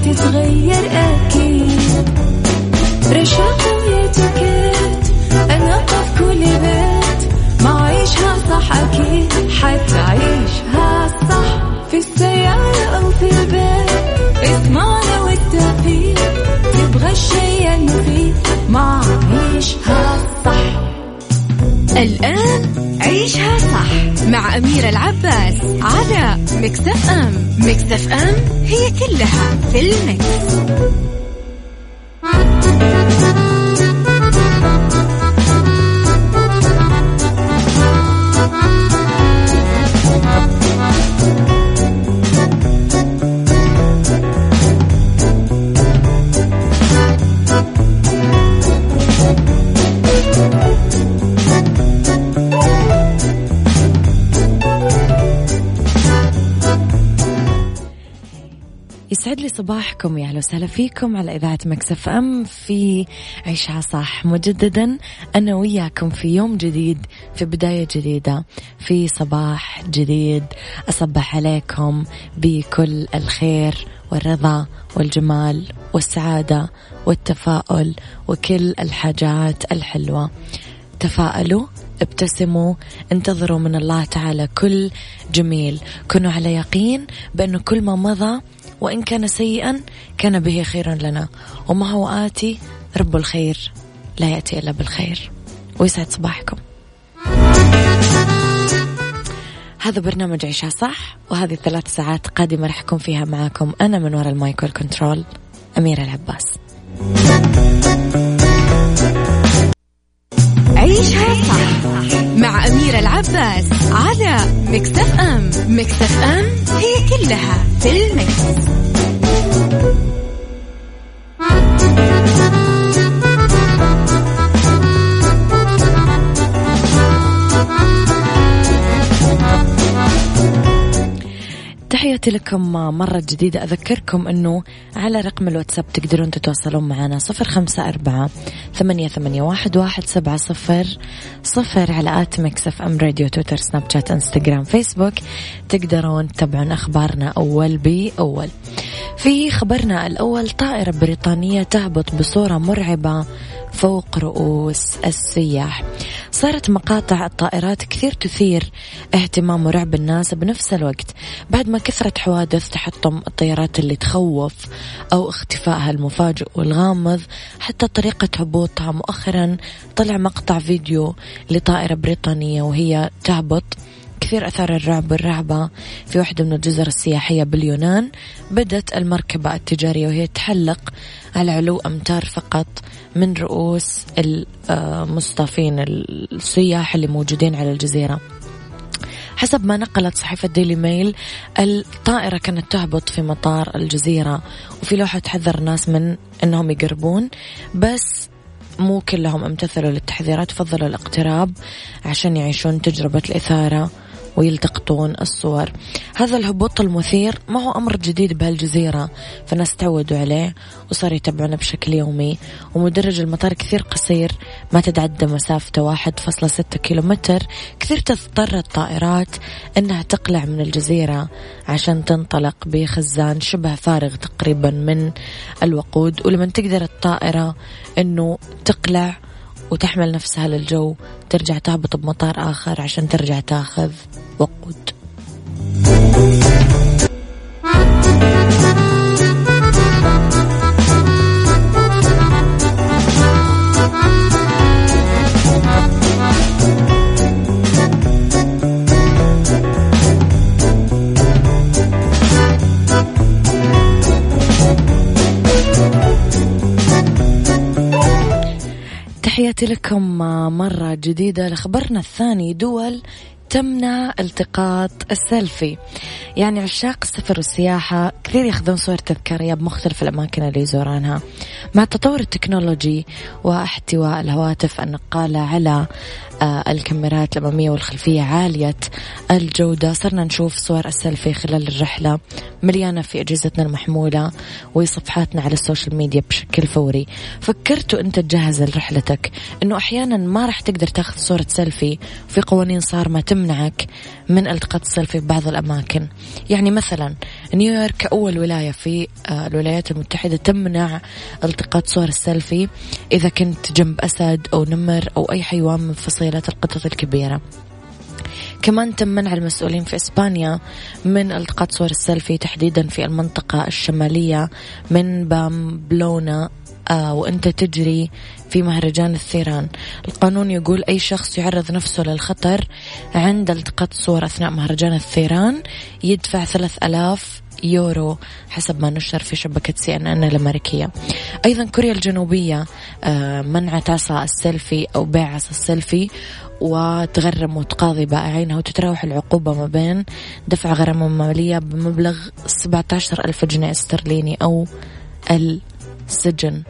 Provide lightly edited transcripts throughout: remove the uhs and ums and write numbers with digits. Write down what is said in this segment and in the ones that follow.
تتغير أكيد. رشاق ويتوكيت أنا في كل بيت، ما عيشها صح أكيد حتعيشها صح، في السيارة أو في البيت اسمعنا والتوفيق، تبغى الشيء المفيد ما عيشها صح. الآن عيشها صح مع أميرة العباس على ميكس اف ام. ميكس اف ام هي كلها في الميكس. يسعد لي صباحكم، يا أهلا وسهلا فيكم على إذاعة ميكس اف ام في عيشها صح. مجددا أنا وياكم في يوم جديد، في بداية جديدة، في صباح جديد. أصبح عليكم بكل الخير والرضا والجمال والسعادة والتفاؤل وكل الحاجات الحلوة. تفاءلوا، ابتسموا، انتظروا من الله تعالى كل جميل، كونوا على يقين بأنه كل ما مضى وإن كان سيئا كان به خير لنا، وما هو آتي رب الخير لا يأتي إلا بالخير. ويسعد صباحكم. هذا برنامج عيشها صح، وهذه 3 ساعات قادمة رح أكون فيها معاكم أنا من وراء المايك والكنترول أميرة العباس. عيشها صح مع أميرة العباس على ميكس اف ام. ميكس اف ام هي كلها في الميكس. تحياتي لكم مرة جديدة. أذكركم أنه على رقم الواتساب تقدرون تتواصلون معنا 0548811700 على @ميكس اف ام راديو، تويتر، سناب شات، انستغرام، فيسبوك. تقدرون تتابعون أخبارنا أول بأول. في خبرنا الأول، طائرة بريطانية تهبط بصورة مرعبة فوق رؤوس السياح. صارت مقاطع الطائرات كثير تثير اهتمام ورعب الناس بنفس الوقت بعد ما كثرت حوادث تحطم الطيارات اللي تخوف أو اختفائها المفاجئ والغامض، حتى طريقة هبوطها. مؤخرا طلع مقطع فيديو لطائرة بريطانية وهي تهبط، كثير أثار الرعب والرهبة في واحدة من الجزر السياحية باليونان. بدت المركبة التجارية وهي تحلق على علو أمتار فقط من رؤوس المصطافين السياح اللي موجودين على الجزيرة. حسب ما نقلت صحيفة ديلي ميل، الطائرة كانت تهبط في مطار الجزيرة، وفي لوحة تحذر الناس من أنهم يقربون، بس مو كلهم امتثلوا للتحذيرات، فضلوا الاقتراب عشان يعيشون تجربة الإثارة ويلتقطون الصور. هذا الهبوط المثير ما هو أمر جديد بهالجزيرة، فالناس تعودوا عليه وصار يتابعونه بشكل يومي. ومدرج المطار كثير قصير، ما تتعدى مسافته 1.6 كيلومتر. كثير تضطر الطائرات أنها تقلع من الجزيرة عشان تنطلق بخزان شبه فارغ تقريبا من الوقود. ولما تقدر الطائرة أنه تقلع وتحمل نفسها للجو، ترجع تهبط بمطار آخر عشان ترجع تاخذ وقود. تحياتي لكم مرة جديدة. لخبرنا الثاني، دول تمنع التقاط السيلفي. يعني عشاق السفر والسياحة كثير ياخذون صور تذكارية بمختلف الأماكن اللي يزورونها. مع تطور التكنولوجي واحتواء الهواتف النقالة على الكاميرات الأمامية والخلفية عالية الجودة، صرنا نشوف صور السيلفي خلال الرحلة مليانة في أجهزتنا المحمولة وصفحاتنا على السوشيال ميديا بشكل فوري. فكرتوا أنت تجهز لرحلتك أنه أحيانا ما رح تقدر تاخذ صورة سيلفي، وفي قوانين صارمة تمنعك من التقاط السيلفي ببعض الأماكن. يعني مثلا نيويورك أول ولاية في الولايات المتحدة تمنع التقاط صور السيلفي إذا كنت جنب أسد أو نمر أو أي حيوان من فصيلات القطط الكبيرة. كمان تم منع المسؤولين في إسبانيا من التقاط صور السيلفي تحديدا في المنطقة الشمالية من بامبلونا وأنت تجري في مهرجان الثيران. القانون يقول أي شخص يعرض نفسه للخطر عند التقاط الصور أثناء مهرجان الثيران يدفع 3000 يورو حسب ما نشر في شبكة CNN الأمريكية. أيضا كوريا الجنوبية منعت عصا السيلفي أو بيع عصا السيلفي وتغرم وتقاضي بائعينها، وتتراوح العقوبة ما بين دفع غرامة مالية بمبلغ 17,000 جنيه استرليني أو السجن.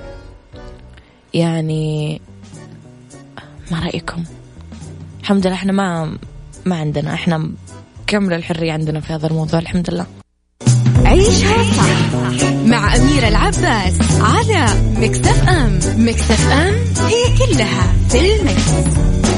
يعني ما رأيكم؟ الحمد لله احنا ما عندنا، احنا كامل الحرية عندنا في هذا الموضوع الحمد لله. عيشها صح مع أميرة العباس على ميكس اف ام. ميكس اف ام هي كلها في الميكس.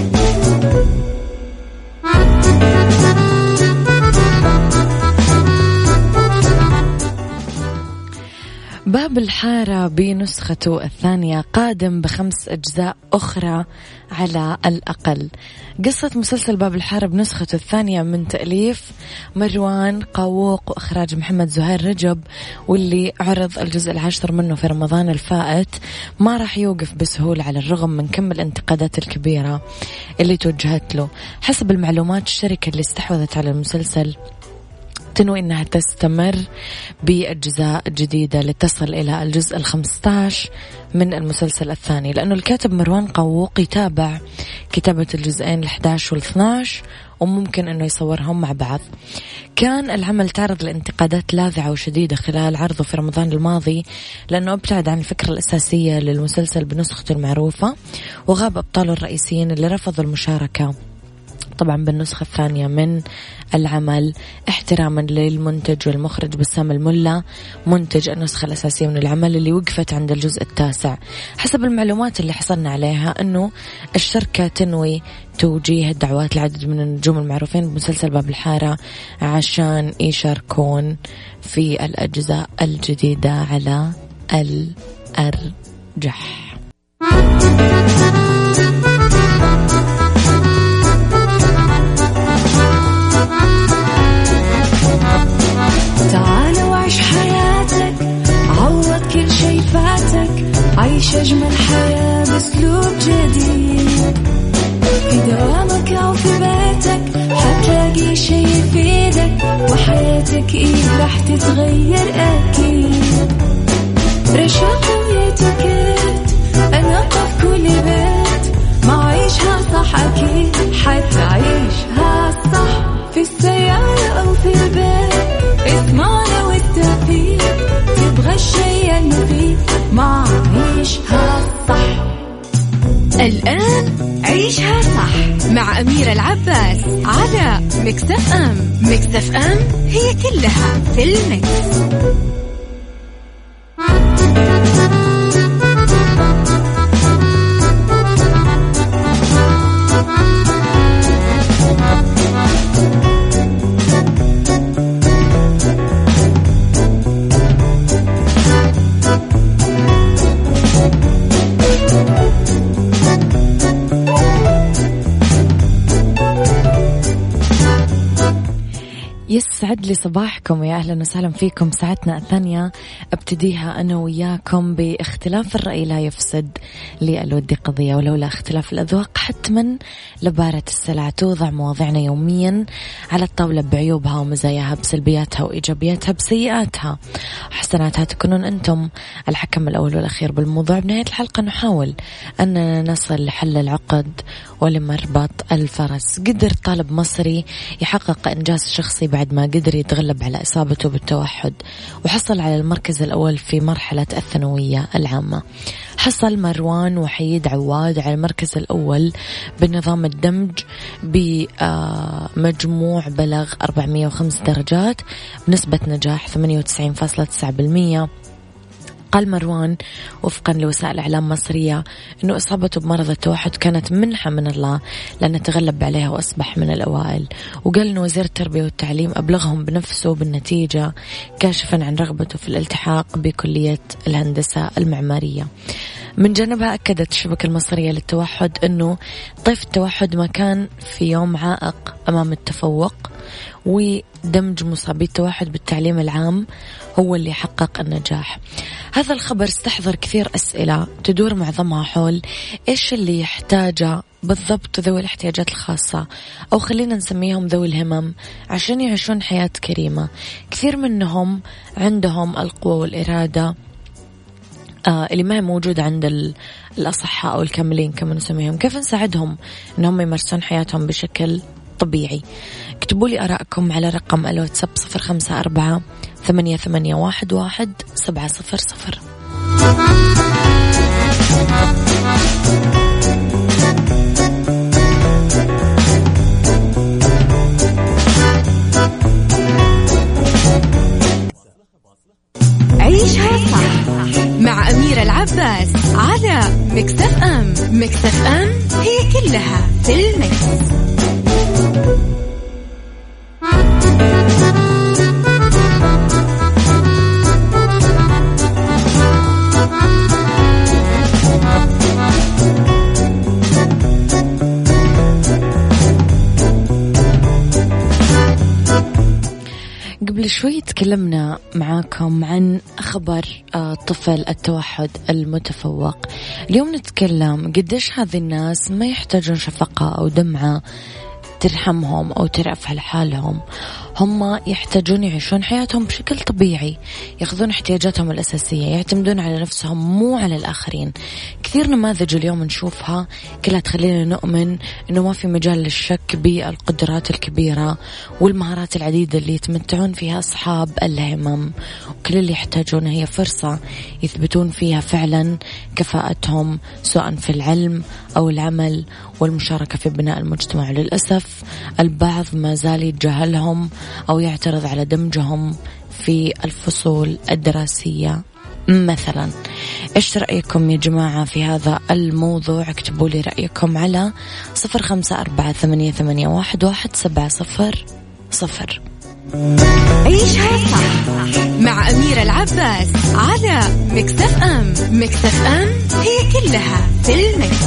باب الحارة بنسخته الثانية قادم ب5 أجزاء أخرى على الأقل. قصة مسلسل باب الحارة بنسخته الثانية من تأليف مروان قاووق وإخراج محمد زهير رجب، واللي عرض الجزء 10 منه في رمضان الفائت، ما راح يوقف بسهولة على الرغم من كم الانتقادات الكبيرة اللي توجهت له. حسب المعلومات الشركة اللي استحوذت على المسلسل تنوي أنها تستمر بأجزاء جديدة لتصل إلى الجزء 15 من المسلسل الثاني، لأنه الكاتب مروان قاووق يتابع كتابة الجزئين 11 و12 وممكن أنه يصورهم مع بعض. كان العمل تعرض لانتقادات لاذعة وشديدة خلال عرضه في رمضان الماضي، لأنه ابتعد عن الفكرة الأساسية للمسلسل بنسخته المعروفة، وغاب أبطاله الرئيسيين اللي رفضوا المشاركة طبعا بالنسخة الثانية من العمل، احتراما للمنتج والمخرج بسام الملا منتج النسخة الأساسية من العمل اللي وقفت عند الجزء 9. حسب المعلومات اللي حصلنا عليها أنه الشركة تنوي توجيه الدعوات لعدد من النجوم المعروفين بمسلسل باب الحارة عشان يشاركون في الأجزاء الجديدة على الأرجح. تعال وعيش حياتك، عوض كل شي فاتك، عيش أجمل حياة بأسلوب جديد. في دوامك أو في بيتك حتلاقي شي يفيدك، وحياتك إيه راح تتغير أكيد. رشاق ويتوكيت أنا في كل بيت، ما عيشها صح أكيد حتعيشها صح. في السيارة أو في البيت اسمعنا والتوفيق، تبغى الشيء المفيد ما عيشها صح. الآن عيشها صح مع أميرة العباس على ميكس اف ام. ميكس اف ام هي كلها في الميكس. يسعد لي صباحكم ويا أهلا وسهلا فيكم. ساعتنا الثانية ابتديها أنا وياكم باختلاف الرأي لا يفسد للود قضية، ولولا اختلاف الأذواق حتما لبارة السلع. توضع مواضيعنا يوميا على الطاولة بعيوبها ومزاياها، بسلبياتها وإيجابياتها، بسيئاتها وحسناتها. تكونون أنتم الحكم الأول والأخير بالموضوع. بنهاية الحلقة نحاول أن نصل لحل العقد ولمربط الفرس. قدر طالب مصري يحقق إنجاز شخصي بعد ما قدر يتغلب على إصابته بالتوحد، وحصل على المركز الأول في مرحلة الثانوية العامة. حصل مروان وحيد عواد على المركز الأول بنظام الدمج بمجموع بلغ 405 درجات بنسبة نجاح 98.9%. قال مروان وفقا لوسائل إعلام مصرية أنه إصابته بمرض التوحد كانت منحة من الله لأنه تغلب عليها وأصبح من الأوائل. وقال أنه وزير التربية والتعليم أبلغهم بنفسه بالنتيجة كاشفا عن رغبته في الالتحاق بكلية الهندسة المعمارية. من جانبها أكدت الشبكة المصرية للتوحد أنه طيف التوحد ما كان في يوم عائق أمام التفوق، ودمج مصابي التوحد بالتعليم العام هو اللي حقق النجاح. هذا الخبر استحضر كثير أسئلة تدور معظمها حول إيش اللي يحتاجه بالضبط ذوي الاحتياجات الخاصة، أو خلينا نسميهم ذوي الهمم، عشان يعيشون حياة كريمة. كثير منهم عندهم القوة والإرادة اللي ما هي موجودة عند الأصحاء أو الكاملين كما نسميهم. كيف نساعدهم أنهم يمارسون حياتهم بشكل طبيعي؟ اكتبوا لي آراءكم على رقم الواتساب 0548811700. عيشها صح مع أميرة العباس على ميكس اف ام. ميكس اف ام هي كلها في الميكس. قبل شوي تكلمنا معاكم عن خبر طفل التوحد المتفوق. اليوم نتكلم قديش هذه الناس ما يحتاجون شفقة أو دمعة ترحمهم أو ترأف على حالهم. هم يحتاجون يعيشون حياتهم بشكل طبيعي، يأخذون احتياجاتهم الأساسية، يعتمدون على نفسهم مو على الآخرين. كثير نماذج اليوم نشوفها كلها تخلينا نؤمن أنه ما في مجال للشك بالقدرات الكبيرة والمهارات العديدة اللي يتمتعون فيها أصحاب الهمم، وكل اللي يحتاجونه هي فرصة يثبتون فيها فعلا كفاءتهم سواء في العلم أو العمل والمشاركة في بناء المجتمع. للأسف البعض ما زال يتجاهلهم أو يعترض على دمجهم في الفصول الدراسية مثلا. إيش رأيكم يا جماعة في هذا الموضوع؟ اكتبوا لي رأيكم على 0548811700. عيشها صح مع أميرة العباس على ميكس اف ام. ميكس اف ام هي كلها في الميكس.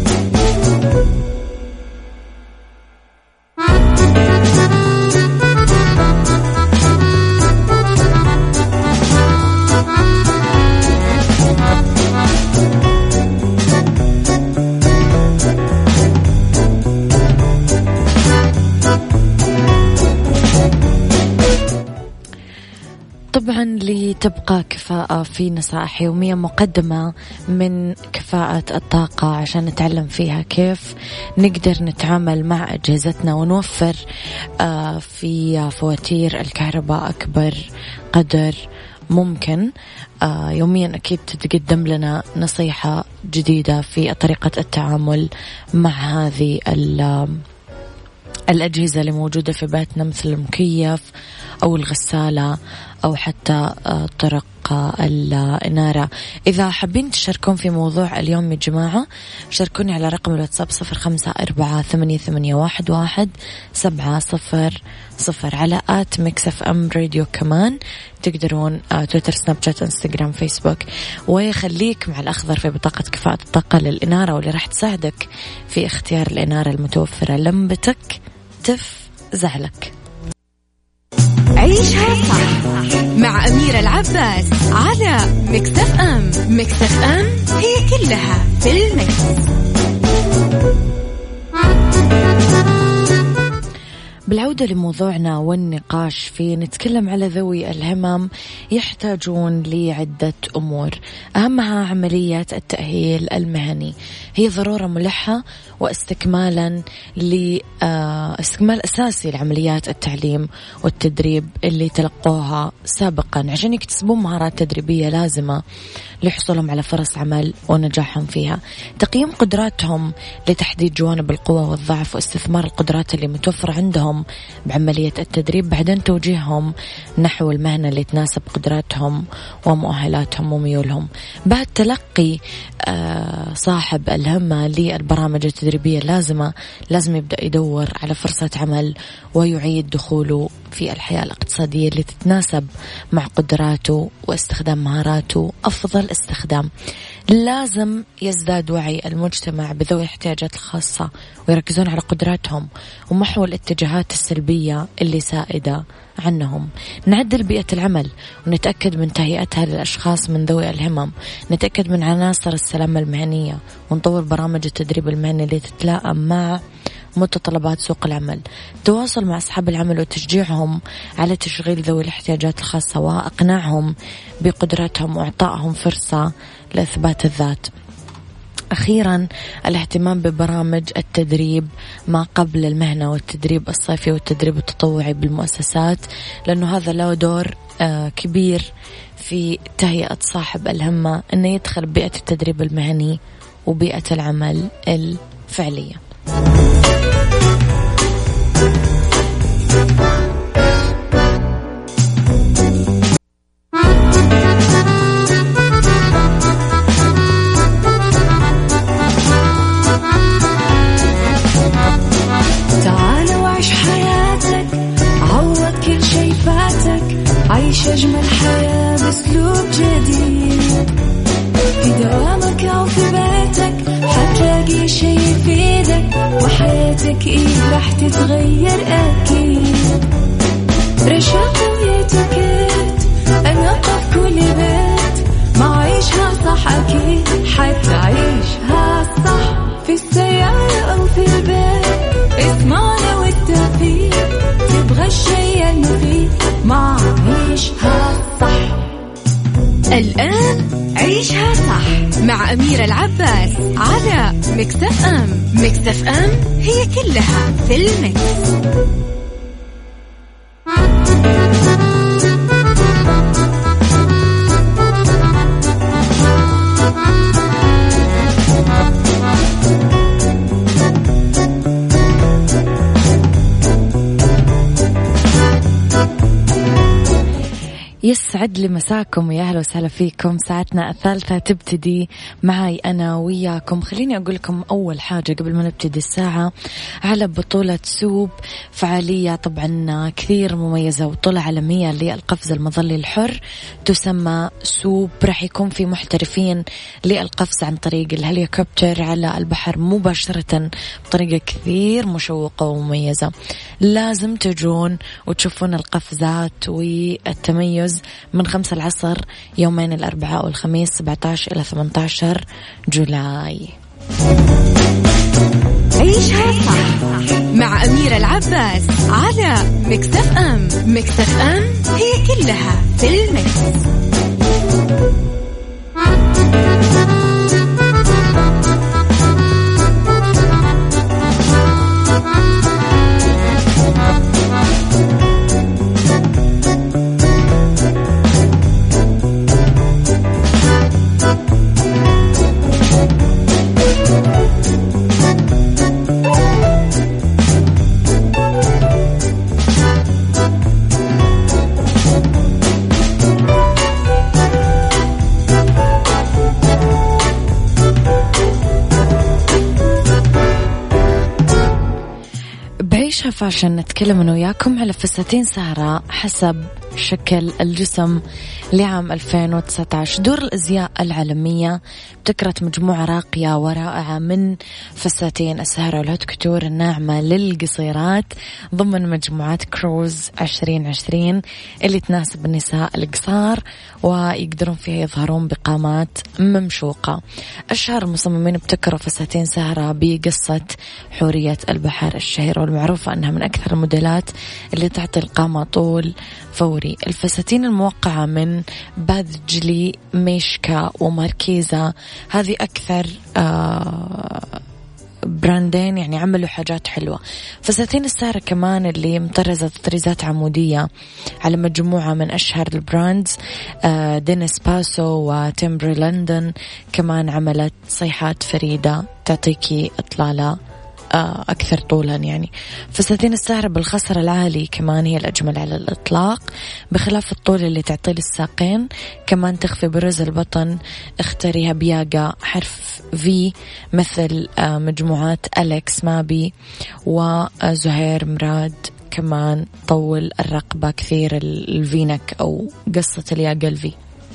طبعا لتبقى كفاءة في نصائح يومية مقدمة من كفاءة الطاقة عشان نتعلم فيها كيف نقدر نتعامل مع أجهزتنا ونوفر في فواتير الكهرباء أكبر قدر ممكن. يوميا أكيد تتقدم لنا نصيحة جديدة في طريقة التعامل مع هذه الأجهزة اللي موجودة في بيتنا مثل المكيف أو الغسالة أو حتى طرق الإنارة. إذا حابين تشاركون في موضوع اليوم يا جماعة شاركوني على رقم الواتساب 0548811700 على @mixfmradio. كمان تقدرون تويتر سناب شات انستغرام فيسبوك. ويخليك مع الأخضر في بطاقة كفاءة الطاقة للإنارة واللي راح تساعدك في اختيار الإنارة المتوفرة لمبتك تفزعلك. عيشها صح مع أميرة العباس على ميكس اف ام. ميكس اف ام هي كلها في الميكس. بالعودة لموضوعنا والنقاش فيه نتكلم على ذوي الهمم يحتاجون لعدة أمور، أهمها عملية التأهيل المهني. هي ضرورة ملحة واستكمال أساسي لعمليات التعليم والتدريب اللي تلقوها سابقا عشان يكتسبون مهارات تدريبية لازمة لحصولهم على فرص عمل ونجاحهم فيها. تقييم قدراتهم لتحديد جوانب القوة والضعف واستثمار القدرات اللي متوفرة عندهم بعملية التدريب، بعدين توجيههم نحو المهنة اللي تناسب قدراتهم ومؤهلاتهم وميولهم. بعد تلقي صاحب الهمة للبرامج التدريبية اللازمة لازم يبدأ يدور على فرصة عمل ويعيد دخوله في الحياة الاقتصادية اللي تتناسب مع قدراته واستخدام مهاراته أفضل استخدام. لازم يزداد وعي المجتمع بذوي الاحتياجات الخاصة ويركزون على قدراتهم ومحو الاتجاهات السلبية اللي سائدة عنهم. نعدل بيئة العمل ونتأكد من تهيئتها للأشخاص من ذوي الهمم، نتأكد من عناصر السلامة المهنية ونطور برامج التدريب المهني اللي تتلائم مع متطلبات سوق العمل. التواصل مع أصحاب العمل وتشجيعهم على تشغيل ذوي الاحتياجات الخاصة وإقناعهم بقدراتهم وإعطائهم فرصة لإثبات الذات. أخيرا الاهتمام ببرامج التدريب ما قبل المهنة والتدريب الصيفي والتدريب التطوعي بالمؤسسات، لأنه هذا له دور كبير في تهيئة صاحب الهمة أنه يدخل بيئة التدريب المهني وبيئة العمل الفعلية. عيش أجمل حياة بأسلوب جديد، في دوامك أو في بيتك حتلاقي شي يفيدك، وحياتك إيه راح تتغير أكيد. رشاق ويتوكيت أنا قف كل بيت، ما عيشها صح أكيد حتعيشها صح، في السيارة أو في البيت اسمعنا والتوفيق، تبغى الشي المفيد ما عيشها صح. الآن عيشها صح مع أميرة العباس على ميكس اف ام. ميكس اف ام هي كلها في الميكس. يسعد لي مساكم ويا أهلا وسهلا فيكم. ساعتنا الثالثة تبتدي معي أنا وياكم. خليني أقول لكم أول حاجة قبل ما نبتدي الساعة على بطولة سوب، فعالية طبعا كثير مميزة وبطولة عالمية للقفز المظلي الحر تسمى سوب. راح يكون في محترفين للقفز عن طريق الهليكوبتر على البحر مباشرة بطريقة كثير مشوقة ومميزة. لازم تجون وتشوفون القفزات والتميز من 5 العصر يومين الأربعاء والخميس 17 إلى 18 جولاي. عيشها صح مع أميرة العباس على ميكس اف ام. ميكس اف ام هي كلها في الميكس. فاشن نتكلم أنا وياكم على فساتين سهرة حسب شكل الجسم لعام 2019. دور الأزياء العالمية ابتكرت مجموعة راقية ورائعة من فساتين السهرة والهوت كوتور الناعمة للقصيرات ضمن مجموعات كروز 2020 اللي تناسب النساء القصار ويقدرون فيها يظهرون بقامات ممشوقة. أشهر المصممين ابتكروا فساتين سهرة بقصة حورية البحر الشهيرة والمعروفة أنها من أكثر الموديلات اللي تعطي القامة طول فوري. الفساتين الموقعة من باذجلي ميشكا وماركيزا هذه أكثر براندين يعني عملوا حاجات حلوة. فساتين السارة كمان اللي مطرزة طريزات عمودية على مجموعة من أشهر البراندز، دينيس باسو وتمبري لندن، كمان عملت صيحات فريدة تعطيكي إطلالة أكثر طولا يعني. فساتين السارة بالخصر العالي كمان هي الأجمل على الإطلاق، بخلاف الطول اللي تعطي للساقين. كمان تخفي بروز البطن، اختاريها بياقة حرف في مثل مجموعات أليكس مابي وزهير مراد. كمان طول الرقبة كثير الفينك أو قصة الياقة الفي.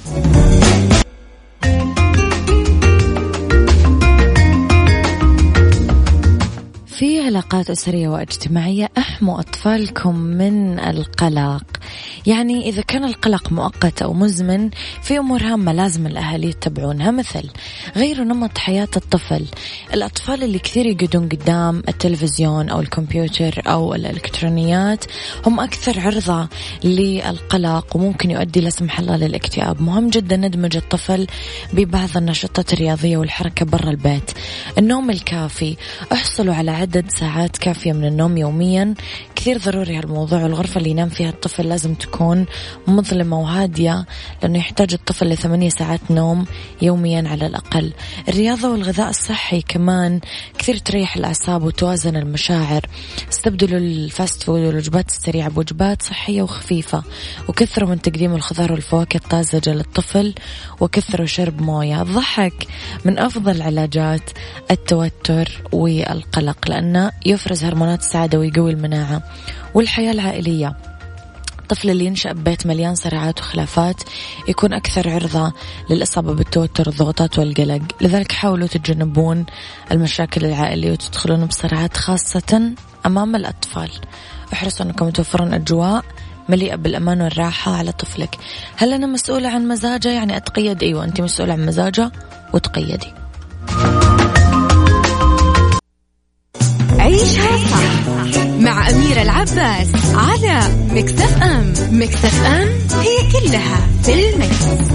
في علاقات أسرية واجتماعية احموا أطفالكم من القلق. يعني إذا كان القلق مؤقت أو مزمن، في أمور هامة لازم الأهالي يتبعونها، مثل غيروا نمط حياة الطفل. الأطفال اللي كثير يقعدون قدام التلفزيون أو الكمبيوتر أو الإلكترونيات هم أكثر عرضة للقلق وممكن يؤدي لا سمح الله للاكتئاب. مهم جدا ندمج الطفل ببعض النشاطات الرياضية والحركة برا البيت. النوم الكافي، احصلوا على عدد ساعات كافية من النوم يوميا، كثير ضروري هالموضوع. والغرفة اللي ينام فيها الطفل لازم تكون مظلمة وهادية، لأنه يحتاج الطفل ل8 ساعات نوم يوميا على الأقل. الرياضة والغذاء الصحي كمان كثير تريح الأعصاب وتوازن المشاعر. استبدلوا الفاست فود والوجبات السريعة بوجبات صحية وخفيفة، وكثروا من تقديم الخضار والفواكه الطازجة للطفل، وكثروا شرب موية. الضحك من أفضل علاجات التوتر والقلق، لأنه يفرز هرمونات السعادة ويقوي المناعة. والحياة العائلية، الطفل اللي ينشأ ببيت مليان صراعات وخلافات يكون أكثر عرضة للإصابة بالتوتر والضغوطات والقلق. لذلك حاولوا تتجنبون المشاكل العائلية وتدخلون بصراعات، خاصة أمام الأطفال. احرصوا أنكم توفرون أجواء مليئة بالأمان والراحة على طفلك. هل أنا مسؤولة عن مزاجه؟ يعني أتقيد؟ أيوة، أنت مسؤولة عن مزاجه وتقيدي. عيشها صح مع أميرة العباس على ميكس اف ام. ميكس اف ام هي كلها في الميكس.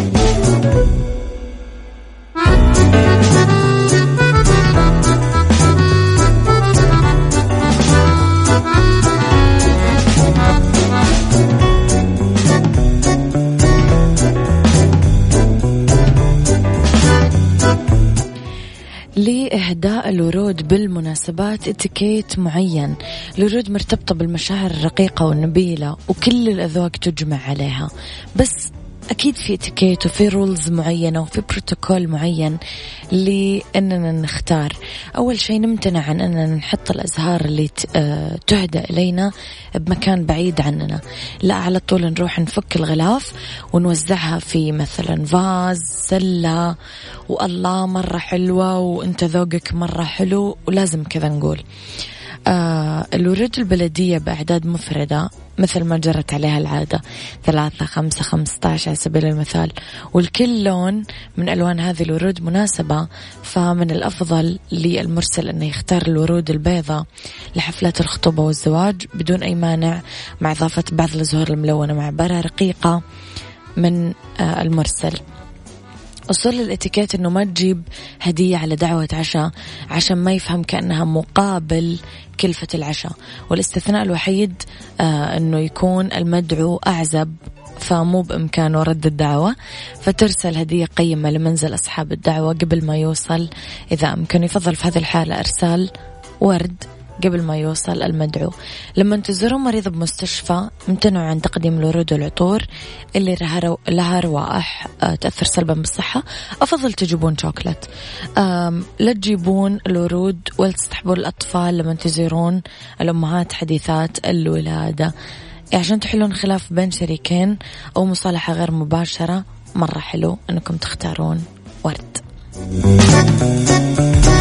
لإهداء الورود بالمناسبات اتيكيت معين. الورود مرتبطة بالمشاعر الرقيقة والنبيلة وكل الأذواق تجمع عليها، بس أكيد في اتيكيت وفي رولز معينة وفي بروتوكول معين لأننا نختار. أول شيء نمتنع عن أننا نحط الأزهار اللي تهدى إلينا بمكان بعيد عننا، لا على طول نروح نفك الغلاف ونوزعها في مثلا فاز، سلة، والله مرة حلوة وانت ذوقك مرة حلو، ولازم كذا نقول. الورود البلدية بأعداد مفردة مثل ما جرت عليها العادة، 3، 5، 15 على سبيل المثال، والكل لون من ألوان هذه الورود مناسبة. فمن الأفضل للمرسل أنه يختار الورود البيضاء لحفلات الخطوبة والزواج بدون أي مانع، مع إضافة بعض الزهور الملونة مع عبارة رقيقة من المرسل. أصول الاتيكيت أنه ما تجيب هدية على دعوة عشاء عشان ما يفهم كأنها مقابل كلفة العشاء، والاستثناء الوحيد أنه يكون المدعو أعزب فمو بإمكانه رد الدعوة، فترسل هدية قيمة لمنزل أصحاب الدعوة قبل ما يوصل إذا أمكن. يفضل في هذه الحالة إرسال ورد قبل ما يوصل المدعو. لما تزورون مريض بمستشفى امتنعوا عن تقديم الورود والعطور اللي لها روائح تأثر سلبا بالصحة. أفضل تجيبون شوكولات، لا تجيبون الورود ولا تستحبون الأطفال لما تزورون الأمهات حديثات الولادة، عشان تحلون خلاف بين شريكين أو مصالحة غير مباشرة. مرة حلو أنكم تختارون ورد.